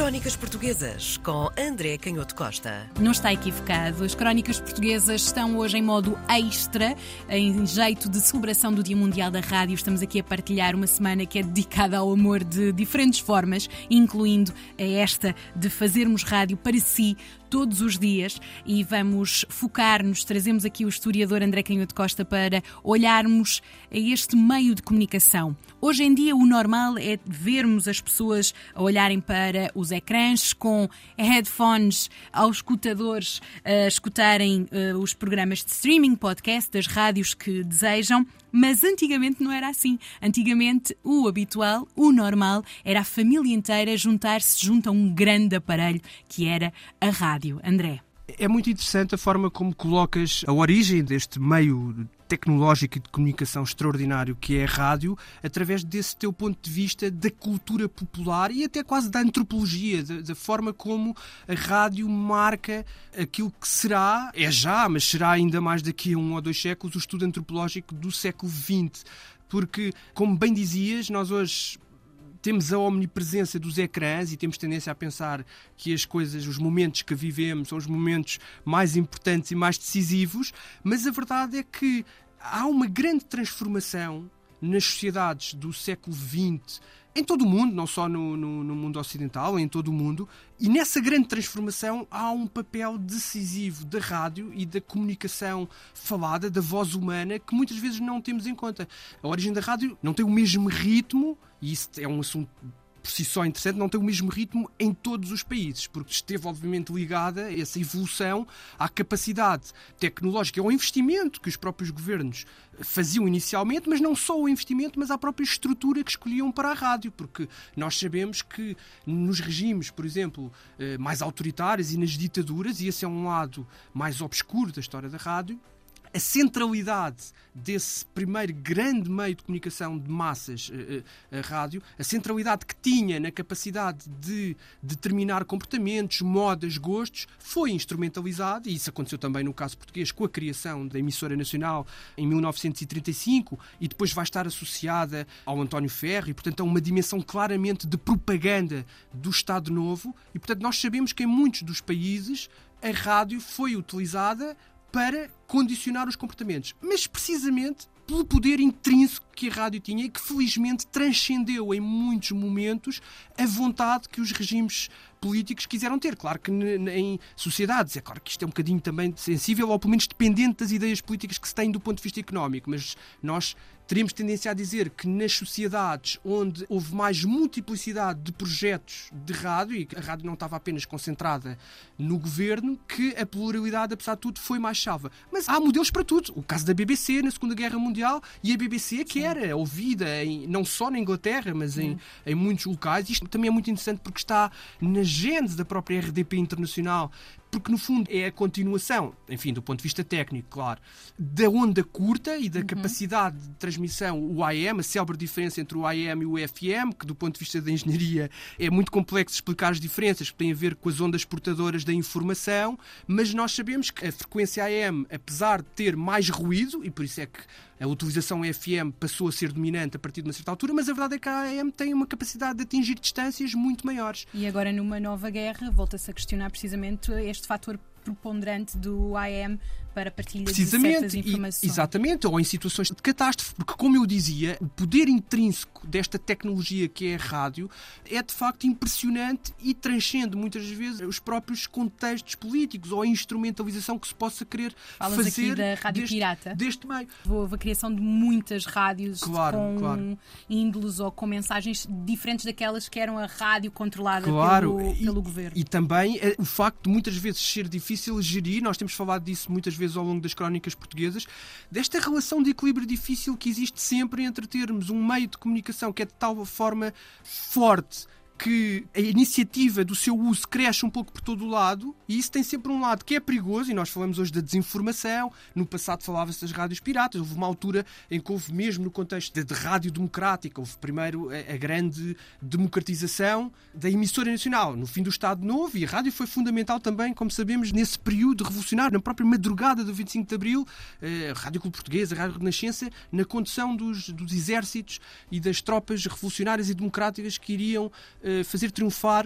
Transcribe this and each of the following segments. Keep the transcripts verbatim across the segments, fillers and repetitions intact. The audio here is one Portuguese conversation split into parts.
Crónicas Portuguesas, com André Canhoto Costa. Não está equivocado. As Crónicas Portuguesas estão hoje em modo extra, em jeito de celebração do Dia Mundial da Rádio. Estamos aqui a partilhar uma semana que é dedicada ao amor de diferentes formas, incluindo a esta de fazermos rádio para si todos os dias, e vamos focar-nos, trazemos aqui o historiador André Canhoto Costa para olharmos a este meio de comunicação. Hoje em dia o normal é vermos as pessoas a olharem para os ecrãs com headphones aos escutadores, a escutarem uh, os programas de streaming, podcast, das rádios que desejam. Mas antigamente não era assim. Antigamente o habitual, o normal, era a família inteira juntar-se junto a um grande aparelho que era a rádio. André. É muito interessante a forma como colocas a origem deste meio tecnológico e de comunicação extraordinário que é a rádio, através desse teu ponto de vista da cultura popular e até quase da antropologia, da, da forma como a rádio marca aquilo que será, é já, mas será ainda mais daqui a um ou dois séculos, o estudo antropológico do século vinte. Porque, como bem dizias, nós hoje temos a omnipresença dos ecrãs e temos tendência a pensar que as coisas, os momentos que vivemos são os momentos mais importantes e mais decisivos, mas a verdade é que há uma grande transformação nas sociedades do século vinte, em todo o mundo, não só no, no, no mundo ocidental, em todo o mundo, e nessa grande transformação há um papel decisivo da rádio e da comunicação falada, da voz humana, que muitas vezes não temos em conta. A origem da rádio não tem o mesmo ritmo, e isso é um assunto por si só interessante, não tem o mesmo ritmo em todos os países, porque esteve obviamente ligada essa evolução à capacidade tecnológica, ao investimento que os próprios governos faziam inicialmente, mas não só o investimento, mas à própria estrutura que escolhiam para a rádio, porque nós sabemos que nos regimes, por exemplo, mais autoritários e nas ditaduras, e esse é um lado mais obscuro da história da rádio, a centralidade desse primeiro grande meio de comunicação de massas, a rádio, a centralidade que tinha na capacidade de determinar comportamentos, modas, gostos, foi instrumentalizada, e isso aconteceu também no caso português com a criação da emissora nacional em mil novecentos e trinta e cinco, e depois vai estar associada ao António Ferro, e portanto a uma dimensão claramente de propaganda do Estado Novo, e portanto nós sabemos que em muitos dos países a rádio foi utilizada para condicionar os comportamentos, mas precisamente pelo poder intrínseco que a rádio tinha e que felizmente transcendeu em muitos momentos a vontade que os regimes políticos quiseram ter. Claro que em sociedades, é claro que isto é um bocadinho também sensível, ou pelo menos dependente das ideias políticas que se têm do ponto de vista económico, mas nós teríamos tendência a dizer que nas sociedades onde houve mais multiplicidade de projetos de rádio, e que a rádio não estava apenas concentrada no governo, que a pluralidade, apesar de tudo, foi mais salva. Mas há modelos para tudo. O caso da B B C na Segunda Guerra Mundial, e a B B C que Sim. era ouvida em, não só na Inglaterra, mas em, em muitos locais. Isto também é muito interessante porque está na gênese da própria R D P Internacional, porque no fundo é a continuação, enfim, do ponto de vista técnico, claro, da onda curta e da uhum. capacidade de transmissão, o A M, a célebre diferença entre o A M e o F M, que do ponto de vista da engenharia é muito complexo explicar as diferenças, que têm a ver com as ondas portadoras da informação, mas nós sabemos que a frequência A M, apesar de ter mais ruído, e por isso é que a utilização F M passou a ser dominante a partir de uma certa altura, mas a verdade é que a A M tem uma capacidade de atingir distâncias muito maiores. E agora, numa nova guerra, volta-se a questionar precisamente este fator preponderante do A M para a partilha de certas informações. E, exatamente, ou em situações de catástrofe, porque, como eu dizia, o poder intrínseco desta tecnologia que é a rádio é de facto impressionante e transcende muitas vezes os próprios contextos políticos ou a instrumentalização que se possa querer Falas fazer aqui da rádio deste, pirata. deste meio. Houve a criação de muitas rádios claro, com claro. índolos ou com mensagens diferentes daquelas que eram a rádio controlada claro. pelo, e, pelo governo. E também é, o facto de muitas vezes ser difícil gerir, nós temos falado disso muitas vezes ao longo das crónicas portuguesas, desta relação de equilíbrio difícil que existe sempre entre termos um meio de comunicação que é de tal forma forte que a iniciativa do seu uso cresce um pouco por todo o lado, e isso tem sempre um lado que é perigoso, e nós falamos hoje da desinformação. No passado falava-se das rádios piratas, houve uma altura em que houve mesmo no contexto de, de rádio democrática, houve primeiro a, a grande democratização da emissora nacional, no fim do Estado Novo, e a rádio foi fundamental também, como sabemos, nesse período revolucionário, na própria madrugada do vinte e cinco de Abril, a Rádio Clube Portuguesa, a Rádio Renascença, na condução dos, dos exércitos e das tropas revolucionárias e democráticas que iriam fazer triunfar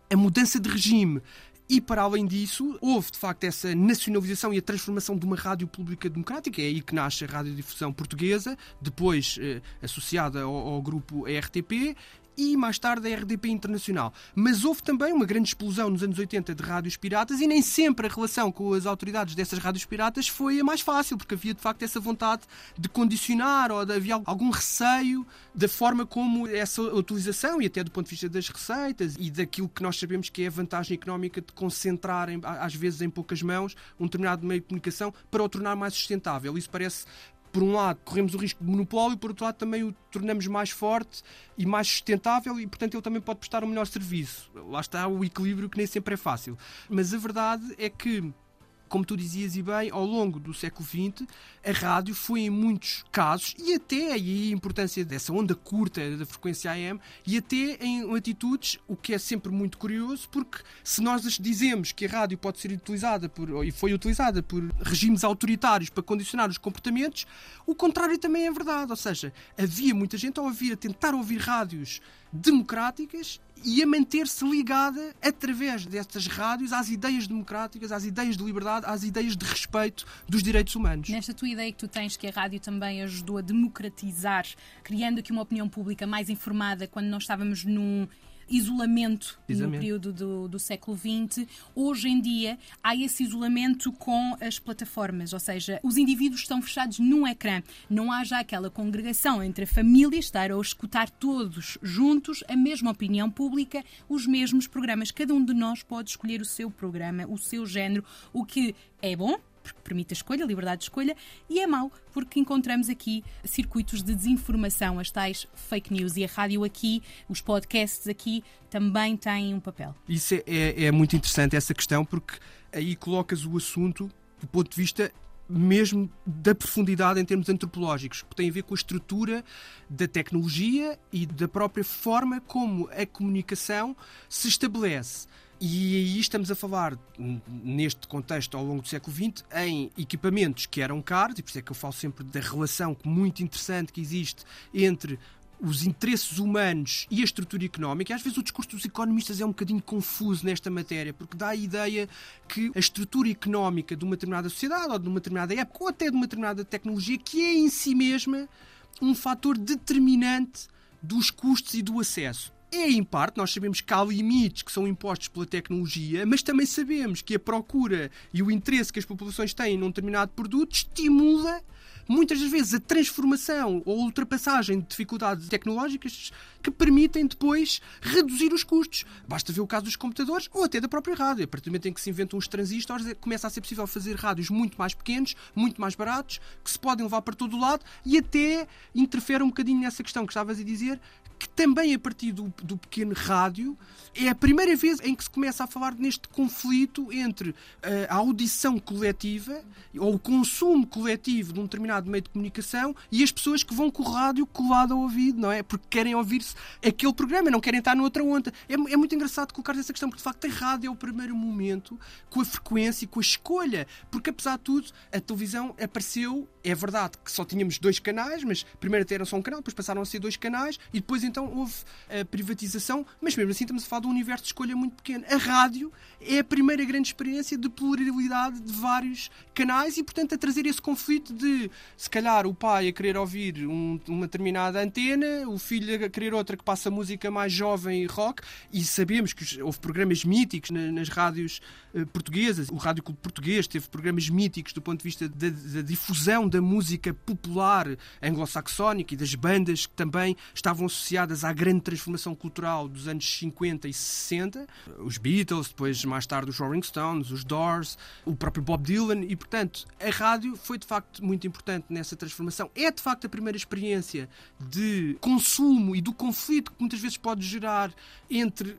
a mudança de regime. E, para além disso, houve, de facto, essa nacionalização e a transformação de uma rádio pública democrática. É aí que nasce a Radiodifusão Portuguesa, depois eh, associada ao, ao grupo R T P, e mais tarde a R D P Internacional. Mas houve também uma grande explosão nos anos oitenta de rádios piratas e nem sempre a relação com as autoridades dessas rádios piratas foi a mais fácil, porque havia de facto essa vontade de condicionar ou de, havia algum receio da forma como essa utilização, e até do ponto de vista das receitas e daquilo que nós sabemos que é a vantagem económica de concentrar, em, às vezes em poucas mãos, um determinado meio de comunicação para o tornar mais sustentável. Isso parece... Por um lado, corremos o risco de monopólio, por outro lado, também o tornamos mais forte e mais sustentável e, portanto, ele também pode prestar um melhor serviço. Lá está o equilíbrio que nem sempre é fácil. Mas a verdade é que, como tu dizias e bem, ao longo do século vinte, a rádio foi em muitos casos, e até aí a importância dessa onda curta da frequência A M, e até em atitudes, o que é sempre muito curioso, porque se nós dizemos que a rádio pode ser utilizada por, e foi utilizada por regimes autoritários para condicionar os comportamentos, o contrário também é verdade. Ou seja, havia muita gente a ouvir, a tentar ouvir rádios democráticas e a manter-se ligada através destas rádios às ideias democráticas, às ideias de liberdade, às ideias de respeito dos direitos humanos. Nesta tua ideia que tu tens que a rádio também ajudou a democratizar, criando aqui uma opinião pública mais informada quando nós estávamos num isolamento no período do, do século vinte, hoje em dia há esse isolamento com as plataformas, ou seja, os indivíduos estão fechados num ecrã, não há já aquela congregação entre a família, estar a escutar todos juntos a mesma opinião pública, os mesmos programas. Cada um de nós pode escolher o seu programa, o seu género, o que é bom, porque permite a escolha, a liberdade de escolha, e é mau, porque encontramos aqui circuitos de desinformação, as tais fake news, e a rádio aqui, os podcasts aqui, também têm um papel. Isso é, é, é muito interessante, essa questão, porque aí colocas o assunto do ponto de vista mesmo da profundidade em termos antropológicos, que tem a ver com a estrutura da tecnologia e da própria forma como a comunicação se estabelece. E aí estamos a falar, neste contexto, ao longo do século vinte, em equipamentos que eram caros, e por isso é que eu falo sempre da relação muito interessante que existe entre os interesses humanos e a estrutura económica. E às vezes o discurso dos economistas é um bocadinho confuso nesta matéria, porque dá a ideia que a estrutura económica de uma determinada sociedade, ou de uma determinada época, ou até de uma determinada tecnologia, que é em si mesma um fator determinante dos custos e do acesso. É, em parte, nós sabemos que há limites que são impostos pela tecnologia, mas também sabemos que a procura e o interesse que as populações têm num determinado produto estimula muitas das vezes a transformação ou a ultrapassagem de dificuldades tecnológicas que permitem depois reduzir os custos. Basta ver o caso dos computadores ou até da própria rádio. A partir do momento em que se inventam os transistores, começa a ser possível fazer rádios muito mais pequenos, muito mais baratos, que se podem levar para todo o lado, e até interfere um bocadinho nessa questão que estavas a dizer, que também a partir do, do pequeno rádio é a primeira vez em que se começa a falar neste conflito entre uh, a audição coletiva ou o consumo coletivo de um determinado meio de comunicação e as pessoas que vão com o rádio colado ao ouvido, não é? Porque querem ouvir-se aquele programa, não querem estar noutra onda. É, é muito engraçado colocar essa questão, porque de facto a rádio é o primeiro momento com a frequência e com a escolha, porque apesar de tudo a televisão apareceu, é verdade que só tínhamos dois canais, mas primeiro até era só um canal, depois passaram a ser dois canais e depois então houve a privatização, mas mesmo assim estamos a falar de um universo de escolha muito pequeno. A rádio é a primeira grande experiência de pluralidade de vários canais e, portanto, a trazer esse conflito de, se calhar, o pai a querer ouvir um, uma determinada antena, o filho a querer outra que passa música mais jovem e rock, e sabemos que houve programas míticos nas, nas rádios uh, portuguesas. O Rádio Clube Português teve programas míticos do ponto de vista da, da difusão da música popular anglo-saxónica e das bandas que também estavam associadas à grande transformação cultural dos anos cinquenta e sessenta. Os Beatles, depois mais tarde os Rolling Stones, os Doors, o próprio Bob Dylan, e portanto a rádio foi de facto muito importante nessa transformação. É de facto a primeira experiência de consumo e do conflito que muitas vezes pode gerar entre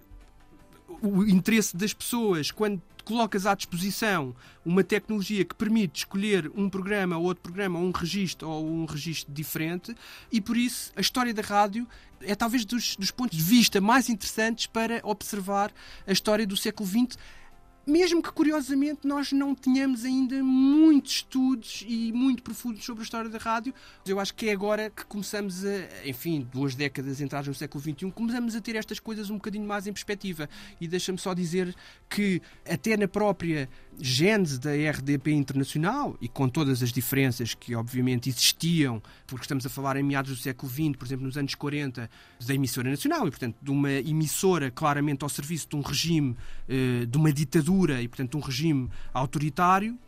o interesse das pessoas quando colocas à disposição uma tecnologia que permite escolher um programa ou outro programa, ou um registro ou um registro diferente, e por isso a história da rádio é talvez dos, dos pontos de vista mais interessantes para observar a história do século vinte, mesmo que, curiosamente, nós não tenhamos ainda muitos estudos e muito profundos sobre a história da rádio. Eu acho que é agora que começamos a, enfim, duas décadas entradas no século vinte e um, começamos a ter estas coisas um bocadinho mais em perspectiva. E deixa-me só dizer que até na própria gênese da R D P Internacional, e com todas as diferenças que obviamente existiam, porque estamos a falar em meados do século vinte, por exemplo, nos anos quarenta, da emissora nacional, e portanto de uma emissora claramente ao serviço de um regime, de uma ditadura e portanto de um regime autoritário,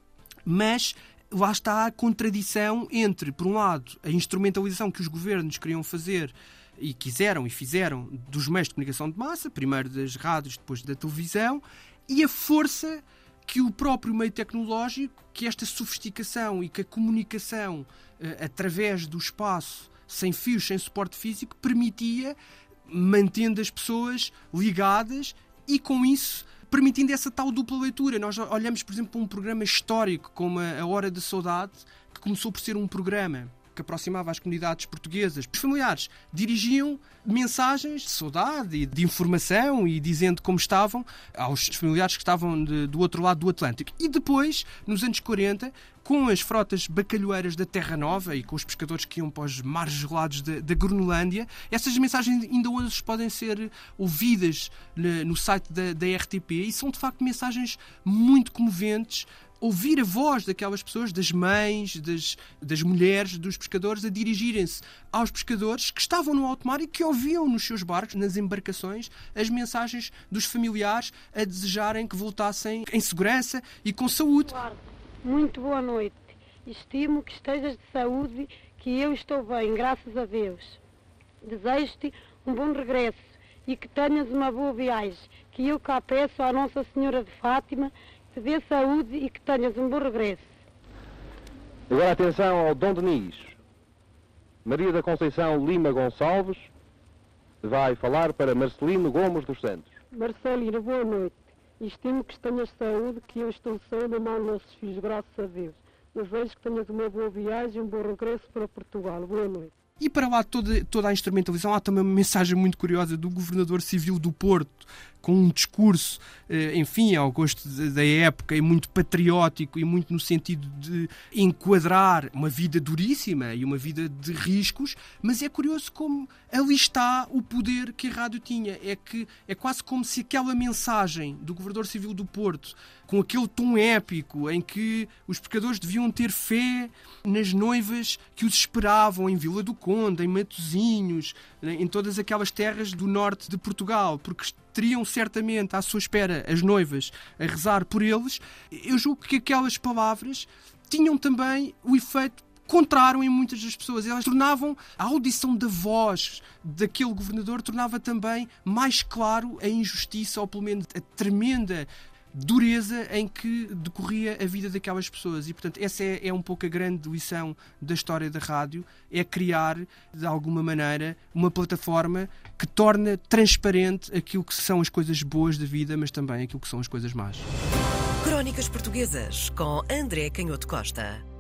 mas lá está a contradição entre, por um lado, a instrumentalização que os governos queriam fazer e quiseram e fizeram dos meios de comunicação de massa, primeiro das rádios, depois da televisão, e a força que o próprio meio tecnológico, que esta sofisticação e que a comunicação eh, através do espaço, sem fios, sem suporte físico, permitia, mantendo as pessoas ligadas e, com isso, permitindo essa tal dupla leitura. Nós olhamos, por exemplo, para um programa histórico como a Hora da Saudade, que começou por ser um programa que aproximava as comunidades portuguesas. Os familiares dirigiam mensagens de saudade e de informação e dizendo como estavam aos familiares que estavam de, do outro lado do Atlântico. E depois, nos anos quarenta, com as frotas bacalhoeiras da Terra Nova e com os pescadores que iam para os mares gelados da, da Groenlândia, essas mensagens ainda hoje podem ser ouvidas no, no site da, da R T P e são de facto mensagens muito comoventes. Ouvir a voz daquelas pessoas, das mães, das, das mulheres, dos pescadores, a dirigirem-se aos pescadores que estavam no alto mar e que ouviam nos seus barcos, nas embarcações, as mensagens dos familiares a desejarem que voltassem em segurança e com saúde. Muito boa noite. Estimo que estejas de saúde, que eu estou bem, graças a Deus. Desejo-te um bom regresso e que tenhas uma boa viagem, que eu cá peço à Nossa Senhora de Fátima te dê saúde e que tenhas um bom regresso. Agora atenção ao Dom Denis. Maria da Conceição Lima Gonçalves vai falar para Marcelino Gomes dos Santos. Marcelino, boa noite. Estimo que tenhas saúde, que eu estou sã na mão dos nossos filhos, graças a Deus. Desejo que tenhas uma boa viagem e um bom regresso para Portugal. Boa noite. E para lá de toda, toda a instrumentalização, há também uma mensagem muito curiosa do Governador Civil do Porto, com um discurso, enfim, ao gosto da época, e muito patriótico e muito no sentido de enquadrar uma vida duríssima e uma vida de riscos, mas é curioso como ali está o poder que a rádio tinha. É que é quase como se aquela mensagem do Governador Civil do Porto, com aquele tom épico em que os pescadores deviam ter fé nas noivas que os esperavam em Vila do Conde, em Matosinhos, em todas aquelas terras do norte de Portugal, porque teriam certamente à sua espera as noivas a rezar por eles. Eu julgo que aquelas palavras tinham também o efeito contrário em muitas das pessoas. Elas tornavam a audição da voz daquele governador, tornava também mais claro a injustiça, ou pelo menos a tremenda dureza em que decorria a vida daquelas pessoas. E, portanto, essa é, é um pouco a grande lição da história da rádio, é criar, de alguma maneira, uma plataforma que torna transparente aquilo que são as coisas boas da vida, mas também aquilo que são as coisas más. Crónicas Portuguesas, com André Canhoto Costa.